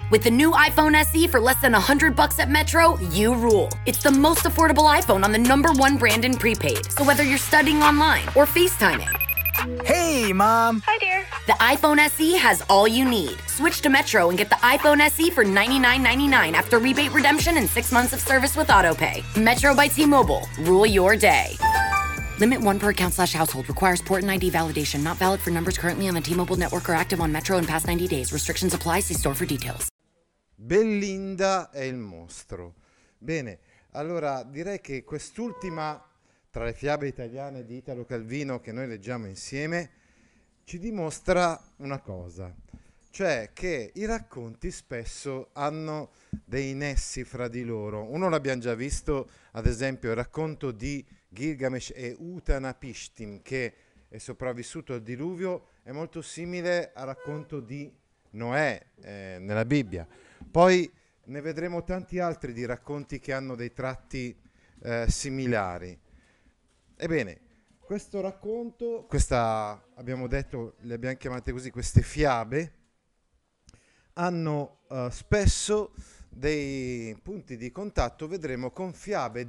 With the new iPhone SE for less than $100 at Metro, you rule. It's the most affordable iPhone on the #1 brand in prepaid. So whether you're studying online or FaceTiming. Hey, Mom. Hi, dear. The iPhone SE has all you need. Switch to Metro and get the iPhone SE for $99.99 after rebate redemption and 6 months of service with AutoPay. Metro by T-Mobile. Rule your day. Limit 1 per account/household. Requires port and ID validation. Not valid for numbers currently on the T-Mobile network or active on Metro in past 90 days. Restrictions apply. See store for details. Belinda e il mostro. Bene, allora direi che quest'ultima tra le fiabe italiane di Italo Calvino che noi leggiamo insieme ci dimostra una cosa, cioè che i racconti spesso hanno dei nessi fra di loro. Uno l'abbiamo già visto, ad esempio il racconto di Gilgamesh e Utanapishtim, che è sopravvissuto al diluvio, è molto simile al racconto di Noè nella Bibbia. Poi ne vedremo tanti altri di racconti che hanno dei tratti similari. Ebbene, questo racconto, abbiamo detto, le abbiamo chiamate così, queste fiabe, hanno spesso dei punti di contatto, vedremo, con fiabe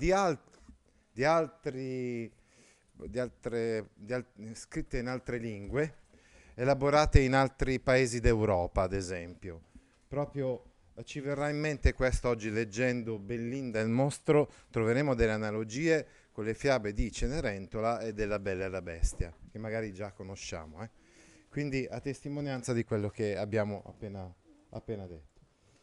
scritte in altre lingue, elaborate in altri paesi d'Europa, ad esempio. Proprio ci verrà in mente questo oggi leggendo Belinda e il mostro, troveremo delle analogie con le fiabe di Cenerentola e della Bella e la Bestia, che magari già conosciamo. Quindi a testimonianza di quello che abbiamo appena detto.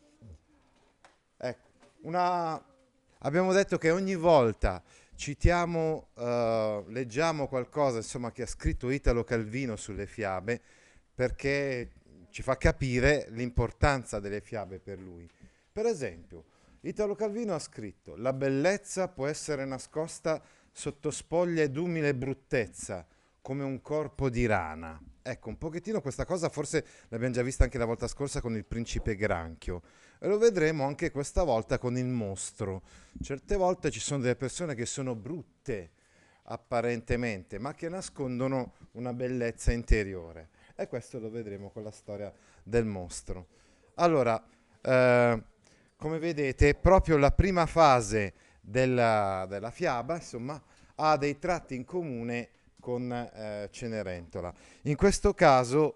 Ecco, abbiamo detto che ogni volta citiamo, leggiamo qualcosa, insomma, che ha scritto Italo Calvino sulle fiabe, perché ci fa capire l'importanza delle fiabe per lui. Per esempio, Italo Calvino ha scritto: la bellezza può essere nascosta sotto spoglie d'umile bruttezza, come un corpo di rana. Ecco, un pochettino questa cosa forse l'abbiamo già vista anche la volta scorsa con il principe Granchio, e lo vedremo anche questa volta con il mostro. Certe volte ci sono delle persone che sono brutte apparentemente, ma che nascondono una bellezza interiore, e questo lo vedremo con la storia del mostro. Allora, come vedete, proprio la prima fase della fiaba, insomma, ha dei tratti in comune con Cenerentola. In questo caso,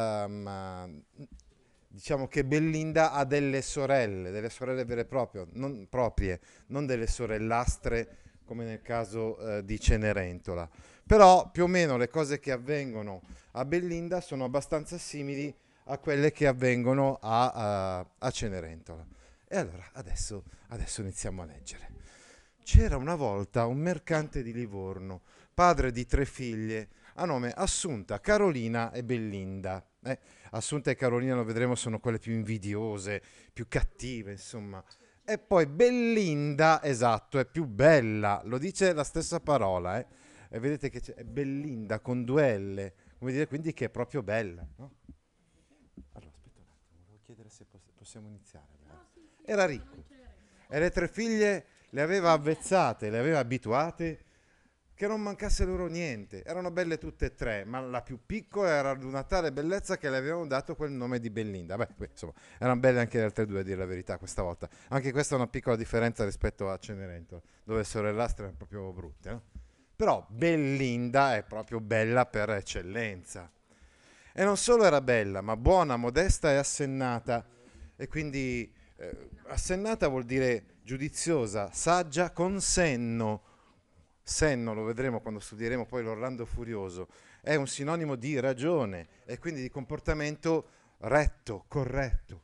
diciamo che Belinda ha delle sorelle vere e proprie, non delle sorellastre come nel caso di Cenerentola. Però più o meno le cose che avvengono a Belinda sono abbastanza simili a quelle che avvengono a Cenerentola. E allora adesso iniziamo a leggere. C'era una volta un mercante di Livorno, padre di 3 figlie, a nome Assunta, Carolina e Belinda. Assunta e Carolina, lo vedremo, sono quelle più invidiose, più cattive, insomma. E poi Belinda, esatto, è più bella, lo dice la stessa parola, E vedete che è Belinda con 2 L, come dire, quindi che è proprio bella, no? Allora, aspetta un attimo, volevo chiedere se possiamo iniziare. Era ricco e le 3 figlie le aveva avvezzate, le aveva abituate che non mancasse loro niente. Erano belle tutte e 3, ma la più piccola era di una tale bellezza che le avevano dato quel nome di Belinda. Beh, insomma, erano belle anche le altre 2, a dire la verità, questa volta. Anche questa è una piccola differenza rispetto a Cenerentola, dove le sorellastre erano proprio brutte, no? Però Belinda è proprio bella per eccellenza. E non solo era bella, ma buona, modesta e assennata. E quindi assennata vuol dire giudiziosa, saggia, con senno. Senno, lo vedremo quando studieremo poi l'Orlando Furioso, è un sinonimo di ragione e quindi di comportamento retto, corretto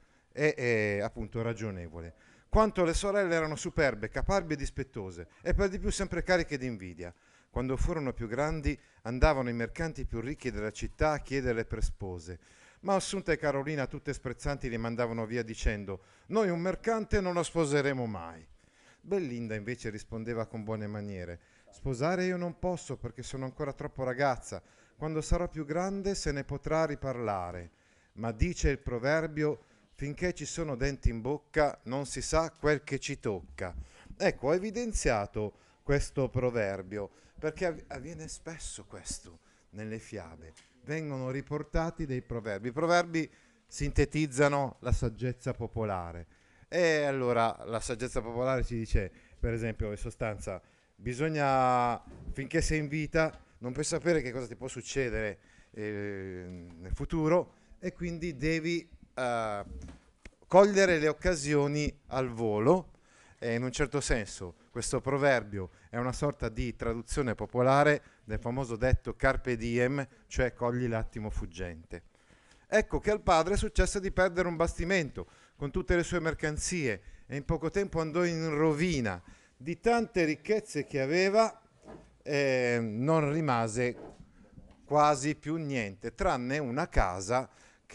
e appunto ragionevole. Quanto le sorelle erano superbe, caparbi e dispettose, e per di più sempre cariche di invidia. Quando furono più grandi andavano ai mercanti più ricchi della città a chiederle per spose. Ma Assunta e Carolina, tutte sprezzanti, li mandavano via dicendo: noi un mercante non lo sposeremo mai. Belinda invece rispondeva con buone maniere: sposare io non posso perché sono ancora troppo ragazza. Quando sarò più grande se ne potrà riparlare. Ma dice il proverbio: finché ci sono denti in bocca non si sa quel che ci tocca. Ecco, ho evidenziato questo proverbio perché avviene spesso questo nelle fiabe. Vengono riportati dei proverbi. I proverbi sintetizzano la saggezza popolare. E allora la saggezza popolare ci dice, per esempio, in sostanza, bisogna, finché sei in vita, non puoi sapere che cosa ti può succedere nel futuro, e quindi devi cogliere le occasioni al volo. E in un certo senso questo proverbio è una sorta di traduzione popolare del famoso detto carpe diem, cioè cogli l'attimo fuggente. Ecco che al padre successe di perdere un bastimento con tutte le sue mercanzie e in poco tempo andò in rovina. Di tante ricchezze che aveva non rimase quasi più niente, tranne una casa,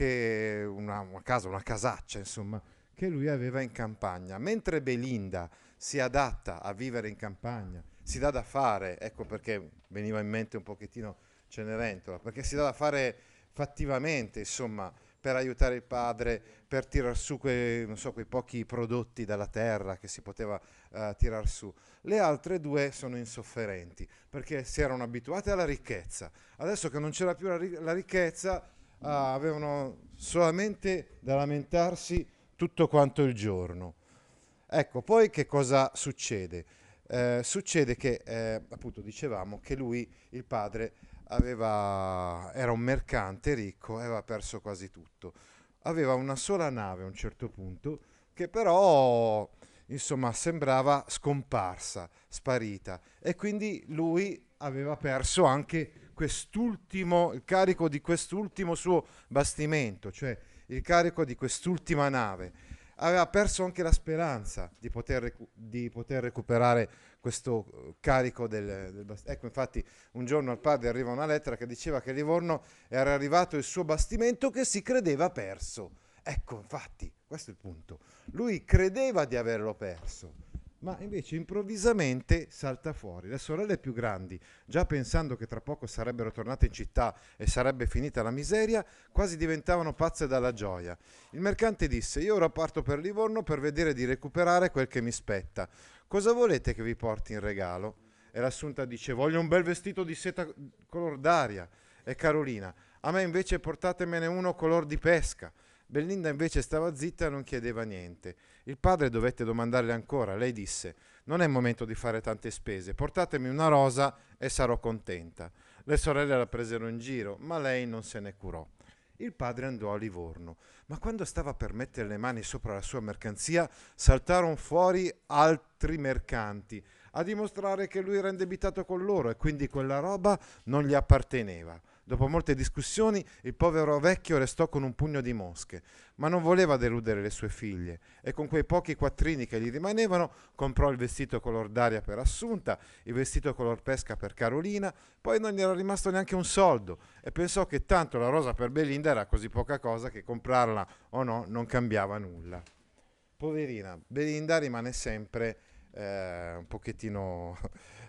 una casaccia, insomma, che lui aveva in campagna. Mentre Belinda si adatta a vivere in campagna, si dà da fare, ecco perché veniva in mente un pochettino Cenerentola, perché si dà da fare fattivamente, insomma, per aiutare il padre, per tirar su quei pochi prodotti dalla terra che si poteva tirar su. Le altre due sono insofferenti, perché si erano abituate alla ricchezza. Adesso che non c'era più la ricchezza, avevano solamente da lamentarsi tutto quanto il giorno. Ecco, poi che cosa succede? Succede che, appunto, dicevamo che lui, il padre, era un mercante ricco, aveva perso quasi tutto. Aveva una sola nave a un certo punto, che però, insomma, sembrava scomparsa, sparita. E quindi lui aveva perso anche il carico di quest'ultimo suo bastimento, cioè il carico di quest'ultima nave. Aveva perso anche la speranza di poter recuperare questo carico del bastimento. Ecco, infatti, un giorno al padre arriva una lettera che diceva che a Livorno era arrivato il suo bastimento che si credeva perso. Ecco, infatti, questo è il punto. Lui credeva di averlo perso, ma invece improvvisamente salta fuori. Le sorelle più grandi, già pensando che tra poco sarebbero tornate in città e sarebbe finita la miseria, quasi diventavano pazze dalla gioia. Il mercante disse: io ora parto per Livorno per vedere di recuperare quel che mi spetta. Cosa volete che vi porti in regalo? E l'Assunta dice: voglio un bel vestito di seta color d'aria. E Carolina: a me invece portatemene uno color di pesca. Belinda invece stava zitta e non chiedeva niente. Il padre dovette domandarle ancora. Lei disse: non è momento di fare tante spese, portatemi una rosa e sarò contenta. Le sorelle la presero in giro, ma lei non se ne curò. Il padre andò a Livorno, ma quando stava per mettere le mani sopra la sua mercanzia, saltarono fuori altri mercanti a dimostrare che lui era indebitato con loro e quindi quella roba non gli apparteneva. Dopo molte discussioni, il povero vecchio restò con un pugno di mosche, ma non voleva deludere le sue figlie e con quei pochi quattrini che gli rimanevano comprò il vestito color d'aria per Assunta, il vestito color pesca per Carolina, poi non gli era rimasto neanche un soldo e pensò che tanto la rosa per Belinda era così poca cosa che comprarla o no non cambiava nulla. Poverina, Belinda rimane sempre un pochettino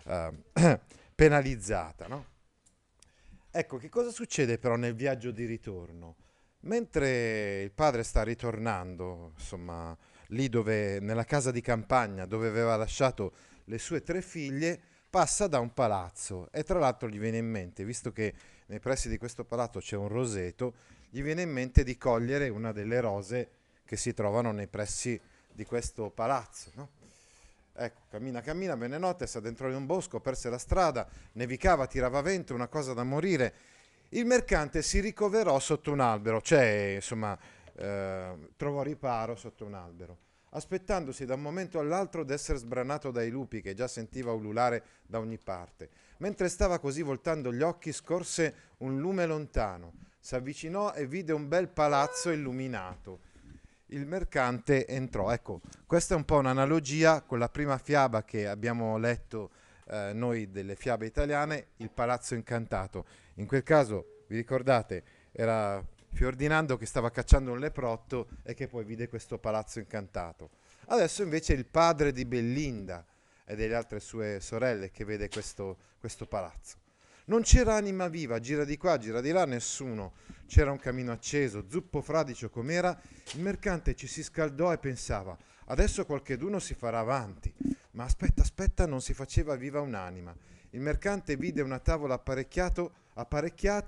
penalizzata, no? Ecco, che cosa succede però nel viaggio di ritorno? Mentre il padre sta ritornando, insomma, nella casa di campagna dove aveva lasciato le sue 3 figlie, passa da un palazzo e tra l'altro gli viene in mente, visto che nei pressi di questo palazzo c'è un roseto, gli viene in mente di cogliere una delle rose che si trovano nei pressi di questo palazzo, no? Ecco, cammina, bene notte, si addentrò in un bosco, perse la strada, nevicava, tirava vento, una cosa da morire. Il mercante si ricoverò sotto un albero, cioè, insomma, trovò riparo sotto un albero, aspettandosi da un momento all'altro d'essere sbranato dai lupi che già sentiva ululare da ogni parte. Mentre stava così voltando gli occhi, scorse un lume lontano, s'avvicinò e vide un bel palazzo illuminato. Il mercante entrò. Ecco, questa è un po' un'analogia con la prima fiaba che abbiamo letto noi delle fiabe italiane, Il Palazzo Incantato. In quel caso, vi ricordate, era Fiordinando che stava cacciando un leprotto e che poi vide questo palazzo incantato. Adesso invece è il padre di Belinda e delle altre sue sorelle che vede questo palazzo. Non c'era anima viva, gira di qua, gira di là, nessuno. C'era un camino acceso, zuppo fradicio com'era. Il mercante ci si scaldò e pensava: adesso qualcheduno si farà avanti. Ma aspetta, non si faceva viva un'anima. Il mercante vide una tavola apparecchiata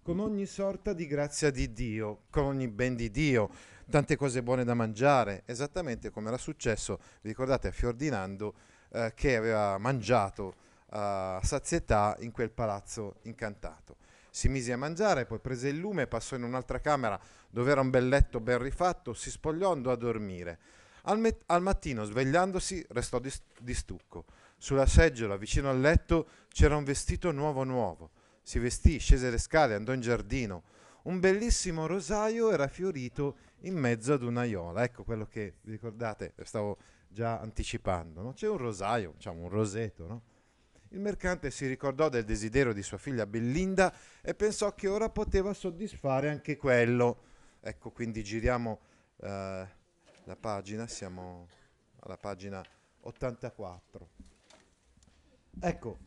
con ogni sorta di grazia di Dio, con ogni ben di Dio, tante cose buone da mangiare, esattamente come era successo, vi ricordate, a Fiordinando, che aveva mangiato a sazietà in quel palazzo incantato. Si mise a mangiare, poi prese il lume, passò in un'altra camera dove era un bel letto ben rifatto, si spogliò e andò a dormire. Al mattino, svegliandosi, restò di stucco. Sulla seggiola, vicino al letto, c'era un vestito nuovo nuovo. Si vestì, scese le scale, andò in giardino. Un bellissimo rosaio era fiorito in mezzo ad un'aiola. Ecco quello che, vi ricordate, stavo già anticipando, no? C'è un rosaio, diciamo un roseto, no? Il mercante si ricordò del desiderio di sua figlia Bellinda e pensò che ora poteva soddisfare anche quello. Ecco, quindi giriamo la pagina, siamo alla pagina 84. Ecco,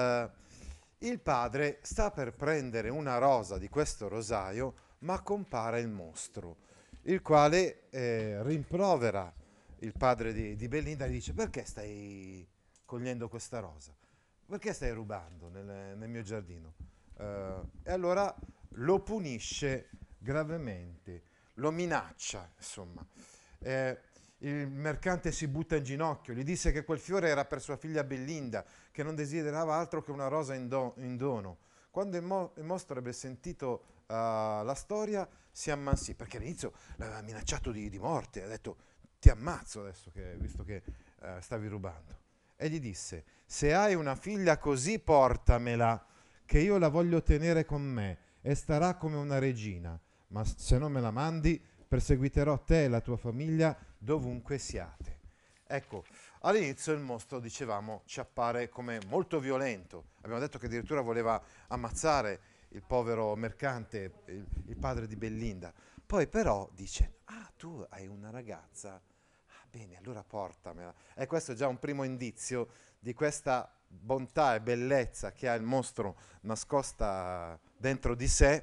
il padre sta per prendere una rosa di questo rosaio, ma compare il mostro, il quale rimprovera il padre di Belinda e gli dice: perché stai cogliendo questa rosa? Perché stai rubando nel mio giardino? E allora lo punisce gravemente, lo minaccia, insomma. Il mercante si butta in ginocchio, gli disse che quel fiore era per sua figlia Bellinda, che non desiderava altro che una rosa in dono. Quando il mostro ebbe sentito la storia, si ammansì, perché all'inizio l'aveva minacciato di morte, ha detto: ti ammazzo adesso, visto che stavi rubando. E gli disse: se hai una figlia così portamela, che io la voglio tenere con me e starà come una regina, ma se non me la mandi perseguiterò te e la tua famiglia dovunque siate. Ecco, all'inizio il mostro, dicevamo, ci appare come molto violento. Abbiamo detto che addirittura voleva ammazzare il povero mercante, il padre di Bellinda. Poi però dice: ah, tu hai una ragazza, ah, bene, allora portamela. E questo è già un primo indizio di questa bontà e bellezza che ha il mostro nascosta dentro di sé,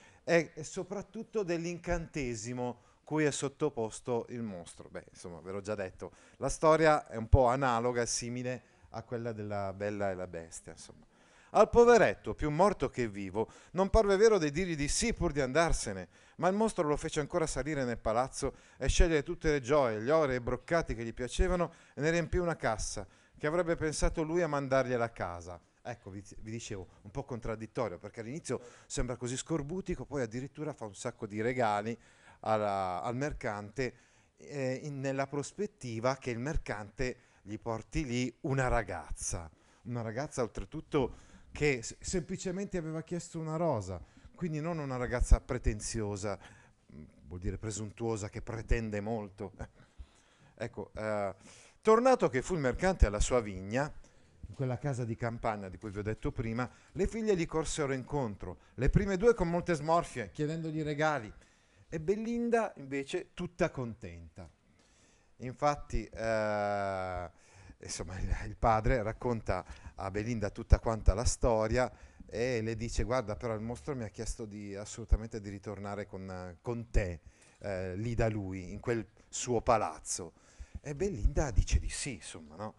e soprattutto dell'incantesimo cui è sottoposto il mostro. Beh, insomma, ve l'ho già detto, la storia è un po' analoga, simile a quella della Bella e la Bestia, insomma. Al poveretto, più morto che vivo, non parve vero di dirgli di sì pur di andarsene, ma il mostro lo fece ancora salire nel palazzo e scegliere tutte le gioie, gli ori e i broccati che gli piacevano, e ne riempì una cassa, che avrebbe pensato lui a mandargliela a casa. Ecco, vi dicevo, un po' contraddittorio, perché all'inizio sembra così scorbutico, poi addirittura fa un sacco di regali al mercante, nella prospettiva che il mercante gli porti lì una ragazza oltretutto che semplicemente aveva chiesto una rosa, quindi non una ragazza pretenziosa, vuol dire presuntuosa, che pretende molto. Ecco, tornato che fu il mercante alla sua vigna, in quella casa di campagna di cui vi ho detto prima, le figlie gli corsero incontro, le prime due con molte smorfie, chiedendogli regali, e Bellinda invece tutta contenta. Infatti, insomma, il padre racconta a Belinda tutta quanta la storia e le dice: guarda, però il mostro mi ha chiesto assolutamente di ritornare con te, lì da lui, in quel suo palazzo. E Belinda dice di sì, insomma, no?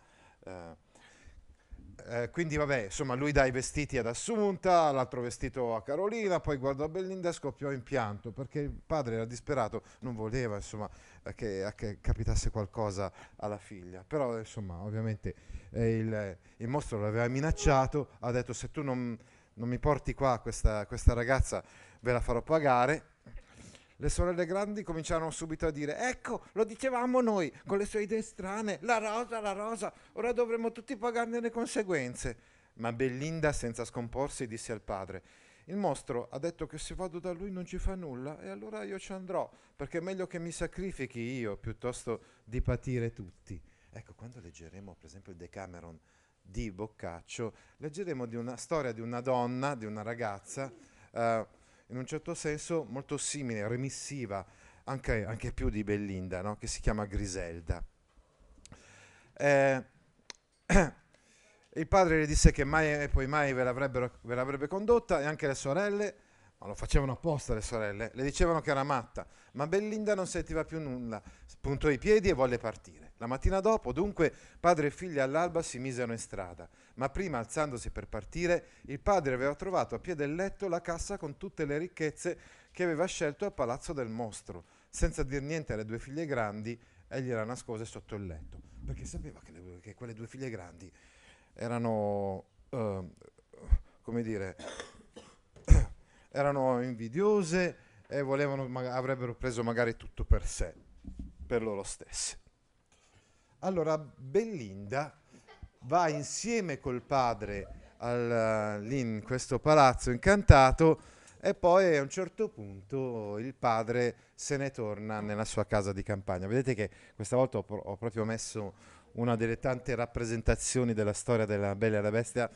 Quindi vabbè, insomma, lui dà i vestiti ad Assunta, l'altro vestito a Carolina, poi guardò Belinda e scoppiò in pianto, perché il padre era disperato, non voleva, insomma, che capitasse qualcosa alla figlia. Però, insomma, ovviamente il mostro l'aveva minacciato, ha detto: se tu non mi porti qua questa ragazza, ve la farò pagare. Le sorelle grandi cominciarono subito a dire: ecco, lo dicevamo noi, con le sue idee strane, la rosa, ora dovremo tutti pagarne le conseguenze. Ma Bellinda, senza scomporsi, disse al padre: il mostro ha detto che se vado da lui non ci fa nulla, e allora io ci andrò, perché è meglio che mi sacrifichi io, piuttosto di patire tutti. Ecco, quando leggeremo per esempio il Decameron di Boccaccio, leggeremo di una storia di una donna, di una ragazza, in un certo senso molto simile, remissiva, anche più di Bellinda, no? Che si chiama Griselda. Il padre le disse che mai e poi mai ve l'avrebbe condotta, e anche le sorelle, Ma lo facevano apposta le sorelle, le dicevano che era matta, ma Bellinda non sentiva più nulla, spuntò i piedi e volle partire. La mattina dopo, dunque, padre e figlia all'alba si misero in strada, ma prima, alzandosi per partire, il padre aveva trovato a piede del letto la cassa con tutte le ricchezze che aveva scelto al palazzo del mostro. Senza dir niente alle due figlie grandi, egli la nascose sotto il letto, perché sapeva che quelle due figlie grandi erano, come dire, erano invidiose e avrebbero preso magari tutto per sé, per loro stesse. Allora Bellinda va insieme col padre lì in questo palazzo incantato e poi a un certo punto il padre se ne torna nella sua casa di campagna. Vedete che questa volta ho proprio messo una delle tante rappresentazioni della storia della Bella e la Bestia,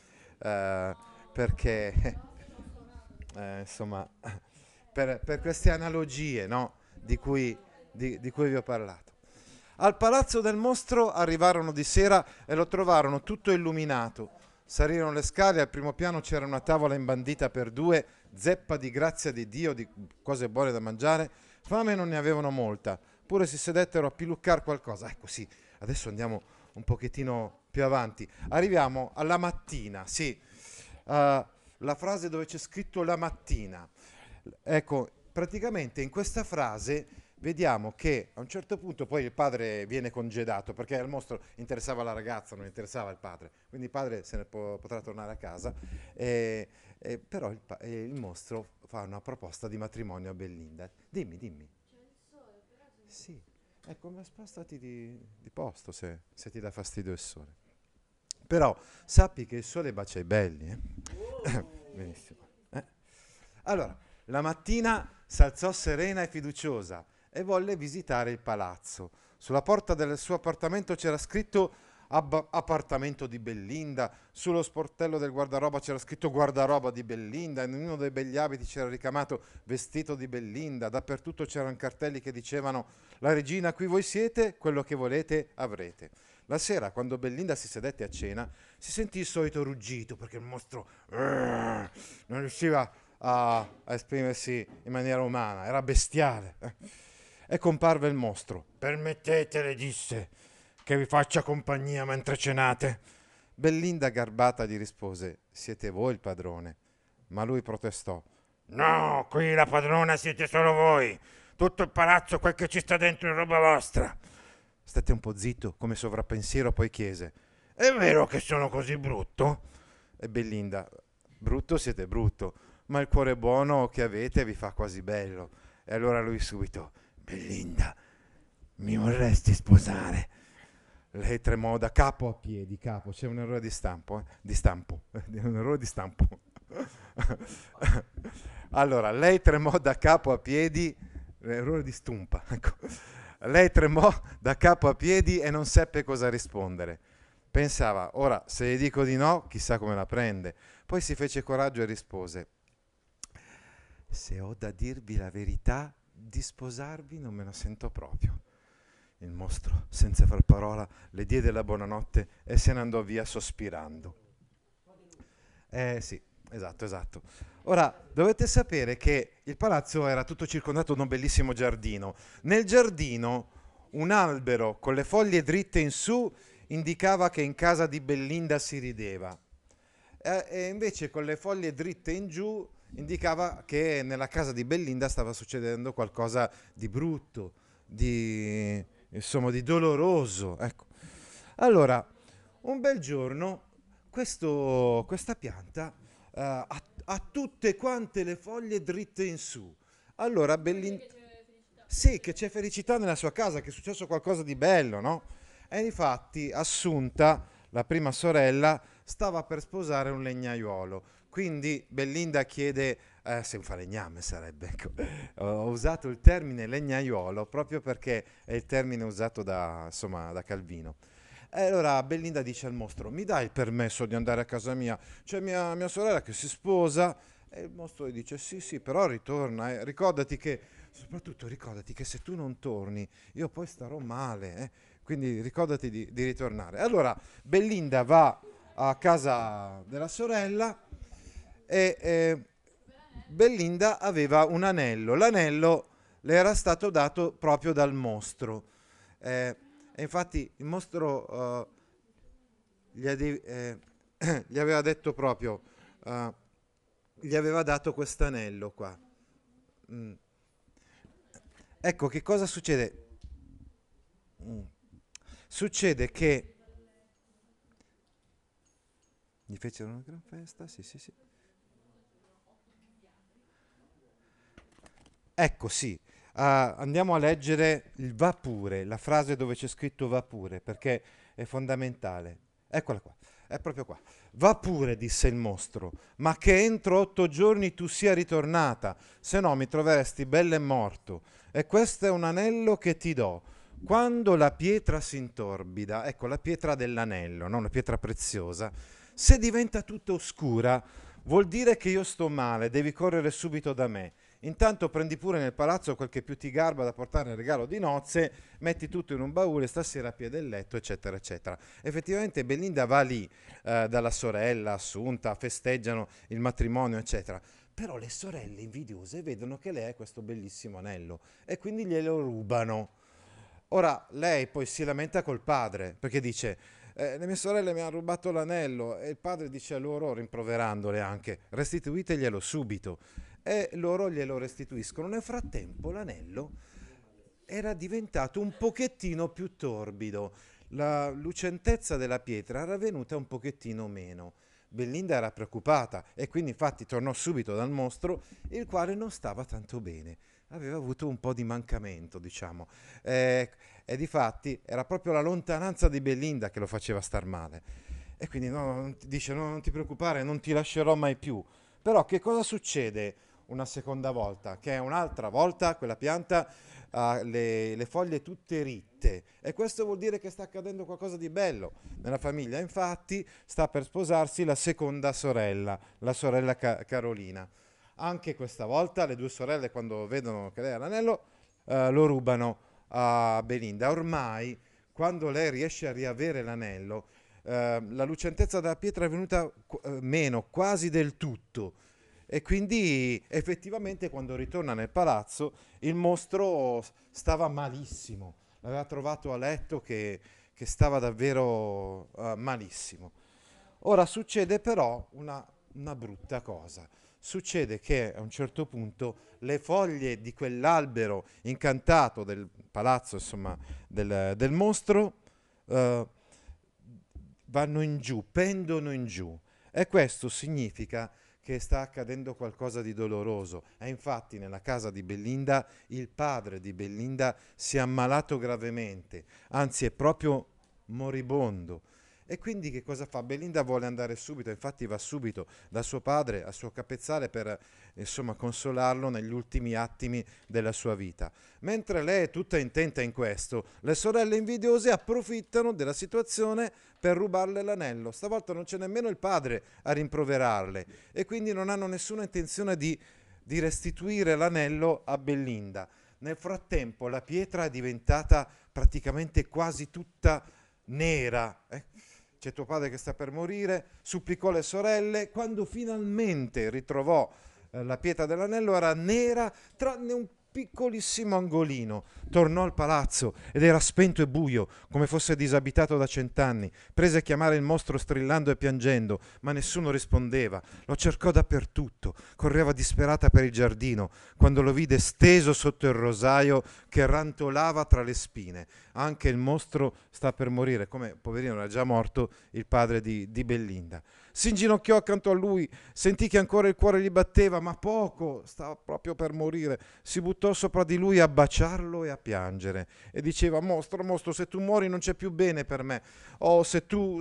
perché insomma per queste analogie, no, di cui vi ho parlato. Al palazzo del mostro arrivarono di sera e lo trovarono tutto illuminato. Salirono le scale, al primo piano c'era una tavola imbandita per due, zeppa di grazia di Dio, di cose buone da mangiare. Fame non ne avevano molta, pure si sedettero a piluccar qualcosa. Ecco sì, adesso andiamo un pochettino più avanti. Arriviamo alla mattina, sì, la frase dove c'è scritto la mattina. Ecco, praticamente in questa frase vediamo che a un certo punto poi il padre viene congedato perché al mostro interessava la ragazza, non interessava il padre, quindi il padre se ne potrà tornare a casa, però il mostro fa una proposta di matrimonio a Bellinda. Dimmi. C'è il sole, però sì, ecco, ma spostati di posto se ti dà fastidio il sole. Però sappi che il sole bacia i belli, benissimo. Allora, la mattina s'alzò serena e fiduciosa e volle visitare il palazzo. Sulla porta del suo appartamento c'era scritto appartamento di Bellinda, sullo sportello del guardaroba c'era scritto guardaroba di Bellinda, in uno dei begli abiti c'era ricamato vestito di Bellinda, dappertutto c'erano cartelli che dicevano la regina qui voi siete, quello che volete avrete. La sera, quando Bellinda si sedette a cena, si sentì il solito ruggito perché il mostro non riusciva a esprimersi in maniera umana, era bestiale. E comparve il mostro. Permettetele, disse, che vi faccia compagnia mentre cenate. Bellinda garbata gli rispose, siete voi il padrone. Ma lui protestò. No, qui la padrona siete solo voi. Tutto il palazzo, quel che ci sta dentro è roba vostra. Stette un po' zitto, come sovrappensiero, poi chiese, è vero che sono così brutto? E Bellinda, brutto siete brutto, ma il cuore buono che avete vi fa quasi bello. E allora lui subito, Bellinda, mi vorresti sposare? Lei tremò da capo a piedi, c'è un errore di stampo, un errore di stampo. Allora, lei tremò da capo a piedi, errore di stumpa, ecco. Lei tremò da capo a piedi e non seppe cosa rispondere. Pensava, ora se gli dico di no, chissà come la prende. Poi si fece coraggio e rispose, se ho da dirvi la verità, di sposarvi non me la sento proprio. Il mostro, senza far parola, le diede la buonanotte e se ne andò via sospirando. Sì, esatto. Ora, dovete sapere che il palazzo era tutto circondato da un bellissimo giardino. Nel giardino un albero con le foglie dritte in su indicava che in casa di Bellinda si rideva. E invece con le foglie dritte in giù indicava che nella casa di Bellinda stava succedendo qualcosa di brutto, di doloroso. Ecco. Allora, un bel giorno questa pianta ha tutte quante le foglie dritte in su. Allora Bellinda... Sì, che c'è felicità nella sua casa, che è successo qualcosa di bello, no? E infatti Assunta, la prima sorella, stava per sposare un legnaiuolo. Quindi Bellinda chiede, se un falegname sarebbe, ecco. Ho usato il termine legnaiuolo proprio perché è il termine usato da Calvino. E allora Bellinda dice al mostro, mi dai il permesso di andare a casa mia? C'è mia sorella che si sposa. E il mostro gli dice, sì, però ritorna. Soprattutto ricordati che se tu non torni, io poi starò male. Quindi ricordati di ritornare. Allora Bellinda va a casa della sorella e Belinda aveva un anello, l'anello le era stato dato proprio dal mostro. E infatti il mostro gli aveva detto proprio, gli aveva dato quest'anello qua. Mm. Ecco, che cosa succede? Succede che gli fecero una gran festa, sì, sì, sì. Ecco, sì. Andiamo a leggere il va pure, la frase dove c'è scritto va pure, perché è fondamentale. Eccola qua, è proprio qua. Va pure, disse il mostro, ma che entro 8 giorni tu sia ritornata, se no mi troveresti bello e morto. E questo è un anello che ti do. Quando la pietra si intorbida, ecco la pietra dell'anello, no? Una pietra preziosa, se diventa tutta oscura, vuol dire che io sto male, devi correre subito da me. Intanto prendi pure nel palazzo quel che più ti garba da portare nel regalo di nozze, metti tutto in un baule, stasera a piede del letto, eccetera, eccetera. Effettivamente Belinda va lì dalla sorella Assunta, festeggiano il matrimonio, eccetera. Però le sorelle invidiose vedono che lei ha questo bellissimo anello e quindi glielo rubano. Ora lei poi si lamenta col padre perché dice le mie sorelle mi hanno rubato l'anello e il padre dice a loro, rimproverandole anche, restituiteglielo subito e loro glielo restituiscono. Nel frattempo l'anello era diventato un pochettino più torbido, la lucentezza della pietra era venuta un pochettino meno. Belinda era preoccupata e quindi infatti tornò subito dal mostro, il quale non stava tanto bene. Aveva avuto un po' di mancamento, diciamo. E difatti era proprio la lontananza di Belinda che lo faceva star male. E quindi dice: no, non ti preoccupare, non ti lascerò mai più. Però che cosa succede una seconda volta? Che un'altra volta quella pianta ha le foglie tutte ritte e questo vuol dire che sta accadendo qualcosa di bello nella famiglia. Infatti sta per sposarsi la seconda sorella, la sorella Carolina. Anche questa volta le due sorelle, quando vedono che lei ha l'anello, lo rubano a Belinda. Ormai, quando lei riesce a riavere l'anello, la lucentezza della pietra è venuta meno, quasi del tutto. E quindi effettivamente quando ritorna nel palazzo il mostro stava malissimo, l'aveva trovato a letto che stava davvero malissimo. Ora succede però una brutta cosa. Succede che a un certo punto le foglie di quell'albero incantato del palazzo, insomma, del mostro, eh, vanno in giù, pendono in giù. E questo significa che sta accadendo qualcosa di doloroso. E infatti nella casa di Belinda il padre di Belinda si è ammalato gravemente, anzi è proprio moribondo. E quindi che cosa fa? Belinda vuole andare subito, infatti va subito da suo padre al suo capezzale per insomma consolarlo negli ultimi attimi della sua vita. Mentre lei è tutta intenta in questo, le sorelle invidiose approfittano della situazione per rubarle l'anello. Stavolta non c'è nemmeno il padre a rimproverarle e quindi non hanno nessuna intenzione di restituire l'anello a Belinda. Nel frattempo la pietra è diventata praticamente quasi tutta nera. C'è tuo padre che sta per morire, supplicò le sorelle, quando finalmente ritrovò la pietra dell'anello era nera tranne un piccolissimo angolino. Tornò al palazzo ed era spento e buio, come fosse disabitato da 100 anni. Prese a chiamare il mostro strillando e piangendo, ma nessuno rispondeva. Lo cercò dappertutto, correva disperata per il giardino, quando lo vide steso sotto il rosaio che rantolava tra le spine. Anche il mostro sta per morire, come poverino era già morto il padre di Belinda. Si inginocchiò accanto a lui, sentì che ancora il cuore gli batteva, ma poco, stava proprio per morire. Si buttò sopra di lui a baciarlo e a piangere e diceva: mostro, mostro, se tu muori non c'è più bene per me. Oh, se tu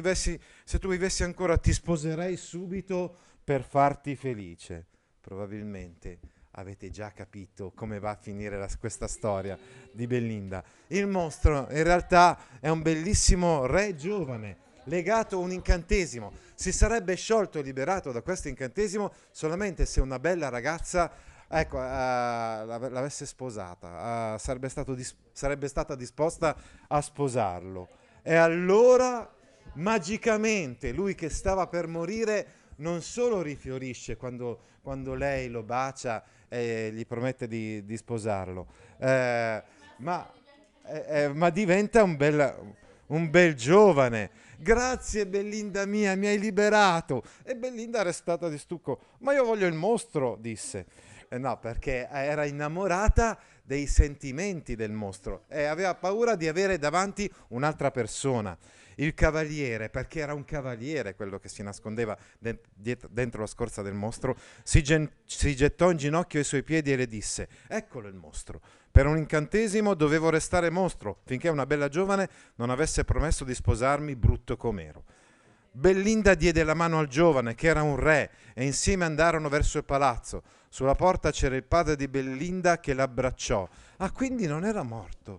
vivessi ancora ti sposerei subito per farti felice. Probabilmente avete già capito come va a finire questa storia di Belinda. Il mostro in realtà è un bellissimo re giovane legato a un incantesimo. Si sarebbe sciolto e liberato da questo incantesimo solamente se una bella ragazza, ecco, l'avesse sposata, sarebbe stata disposta a sposarlo. E allora magicamente lui che stava per morire non solo rifiorisce quando lei lo bacia e gli promette di sposarlo, ma diventa un bel giovane. Grazie Belinda mia, mi hai liberato. E Belinda restata di stucco. Ma io voglio il mostro, disse. No, perché era innamorata dei sentimenti del mostro e aveva paura di avere davanti un'altra persona. Il cavaliere, perché era un cavaliere quello che si nascondeva dentro la scorza del mostro, si gettò in ginocchio ai suoi piedi e le disse: eccolo il mostro. Per un incantesimo dovevo restare mostro finché una bella giovane non avesse promesso di sposarmi brutto com'ero. Belinda diede la mano al giovane, che era un re, e insieme andarono verso il palazzo. Sulla porta c'era il padre di Belinda che l'abbracciò. Ah, quindi non era morto.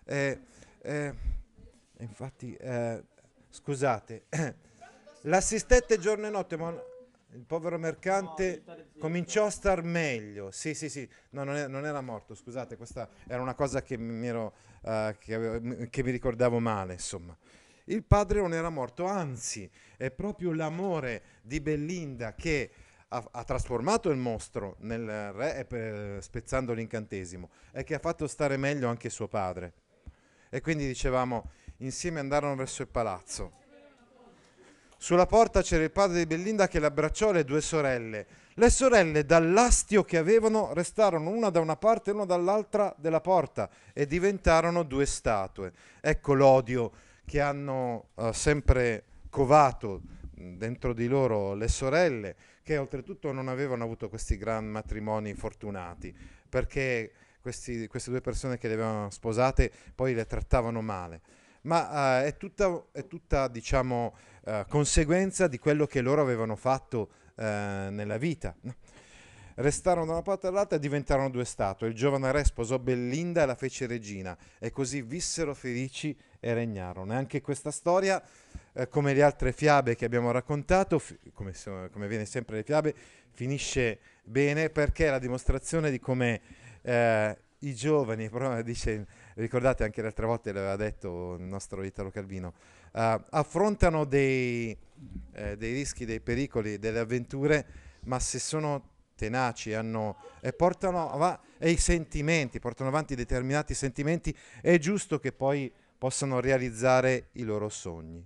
Infatti, scusate, l'assistette giorno e notte, ma il povero mercante cominciò a star meglio. Sì, no, non era morto, scusate, questa era una cosa che che mi ricordavo male, insomma. Il padre non era morto, anzi, è proprio l'amore di Belinda che ha trasformato il mostro nel re, spezzando l'incantesimo, e che ha fatto stare meglio anche suo padre. E quindi dicevamo, insieme andarono verso il palazzo. Sulla porta c'era il padre di Belinda che l'abbracciò, le due sorelle. Le sorelle, dall'astio che avevano, restarono una da una parte e una dall'altra della porta e diventarono due statue. Ecco l'odio che hanno sempre covato dentro di loro le sorelle, che oltretutto non avevano avuto questi gran matrimoni fortunati, perché queste due persone che le avevano sposate poi le trattavano male. Ma è tutta diciamo, conseguenza di quello che loro avevano fatto nella vita. Restarono da una parte all'altra e diventarono due statue. Il giovane re sposò Belinda e la fece regina, e così vissero felici e regnarono. E anche questa storia, come le altre fiabe che abbiamo raccontato, come viene sempre le fiabe, finisce bene, perché è la dimostrazione di come i giovani, ricordate anche le altre volte l'aveva detto il nostro Italo Calvino, affrontano dei rischi, dei pericoli, delle avventure, ma se sono tenaci e portano i sentimenti, portano avanti determinati sentimenti, è giusto che poi possano realizzare i loro sogni.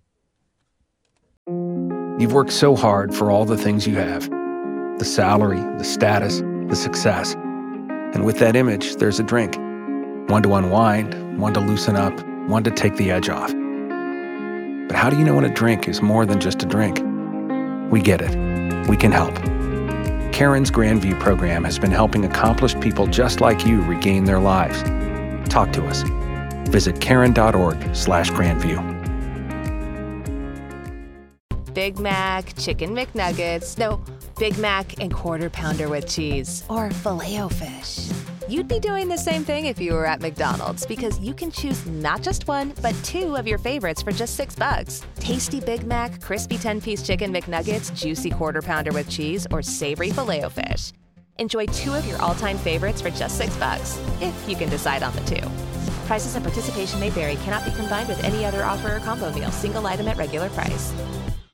You've worked so hard for all the things you have. The salary, the status, the success. And with that image, there's a drink. One to unwind, one to loosen up, one to take the edge off. But how do you know when a drink is more than just a drink? We get it. We can help. Karen's Grandview program has been helping accomplished people just like you regain their lives. Talk to us. Visit karen.org/Grandview. Big Mac, Chicken McNuggets, no, Big Mac and Quarter Pounder with cheese, or Filet-O-Fish. You'd be doing the same thing if you were at McDonald's, because you can choose not just one, but two of your favorites for just $6. Tasty Big Mac, crispy 10-piece Chicken McNuggets, juicy Quarter Pounder with cheese, or savory Filet-O-Fish. Enjoy two of your all-time favorites for just $6, if you can decide on the two. Prices and participation may vary. Cannot be combined with any other offer or combo meal. Single item at regular price.